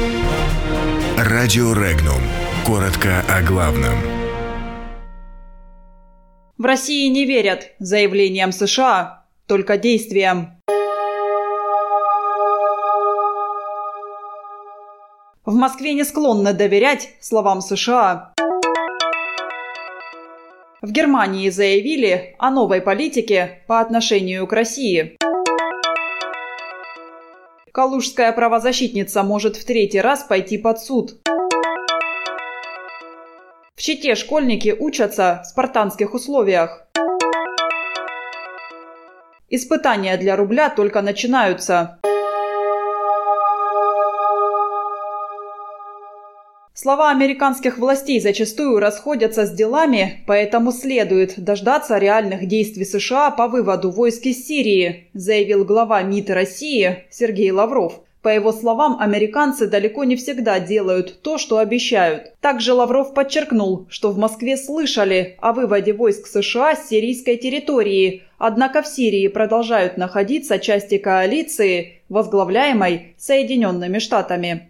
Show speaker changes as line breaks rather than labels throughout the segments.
Радио Регнум. Коротко о главном.
В России не верят заявлениям США, только действиям. В Москве не склонны доверять словам США. В Германии заявили о новой политике по отношению к России. Калужская правозащитница может в 3-й раз пойти под суд. В Чите школьники учатся в спартанских условиях. Испытания для рубля только начинаются. Слова американских властей зачастую расходятся с делами, поэтому следует дождаться реальных действий США по выводу войск из Сирии, заявил глава МИД России Сергей Лавров. По его словам, американцы далеко не всегда делают то, что обещают. Также Лавров подчеркнул, что в Москве слышали о выводе войск США с сирийской территории, однако в Сирии продолжают находиться части коалиции, возглавляемой Соединенными Штатами.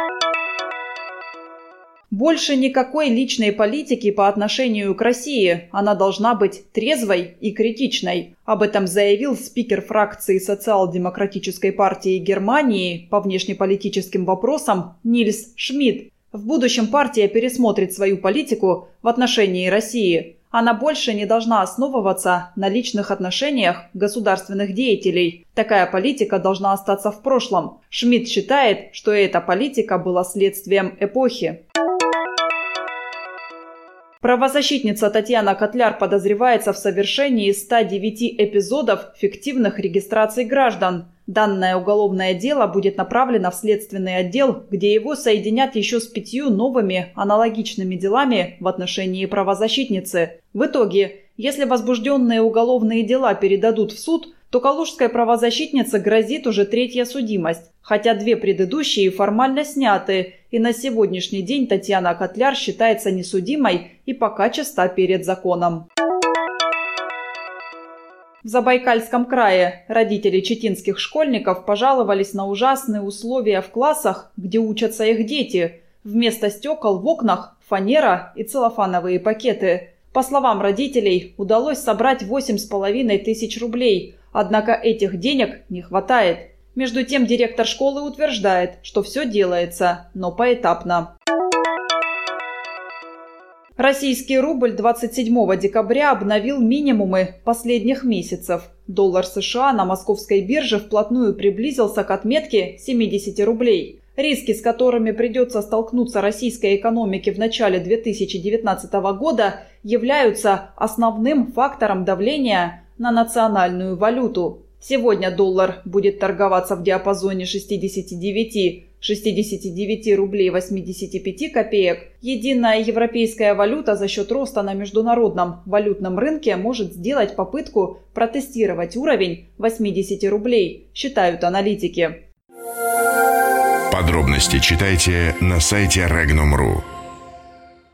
Больше никакой личной политики по отношению к России. Она должна быть трезвой и критичной. Об этом заявил спикер фракции Социал-демократической партии Германии по внешнеполитическим вопросам Нильс Шмидт. В будущем партия пересмотрит свою политику в отношении России. Она больше не должна основываться на личных отношениях государственных деятелей. Такая политика должна остаться в прошлом. Шмидт считает, что эта политика была следствием эпохи. Правозащитница Татьяна Котляр подозревается в совершении 109 эпизодов фиктивных регистраций граждан. Данное уголовное дело будет направлено в следственный отдел, где его соединят еще с 5 новыми аналогичными делами в отношении правозащитницы. В итоге, если возбужденные уголовные дела передадут в суд, то калужской правозащитнице грозит уже 3-я судимость, хотя 2 предыдущие формально сняты, и на сегодняшний день Татьяна Котляр считается несудимой и пока чиста перед законом. В Забайкальском крае родители читинских школьников пожаловались на ужасные условия в классах, где учатся их дети. Вместо стекол в окнах фанера и целлофановые пакеты. По словам родителей, удалось собрать 8,5 тысяч рублей, однако этих денег не хватает. Между тем директор школы утверждает, что все делается, но поэтапно. Российский рубль 27 декабря обновил минимумы последних месяцев. Доллар США на московской бирже вплотную приблизился к отметке 70 рублей. Риски, с которыми придется столкнуться российской экономике в начале 2019 года, являются основным фактором давления на национальную валюту. Сегодня доллар будет торговаться в диапазоне 69 рублей 85 копеек. Единая европейская валюта за счет роста на международном валютном рынке может сделать попытку протестировать уровень 80 рублей, считают аналитики.
Подробности читайте на сайте Regnum.ru.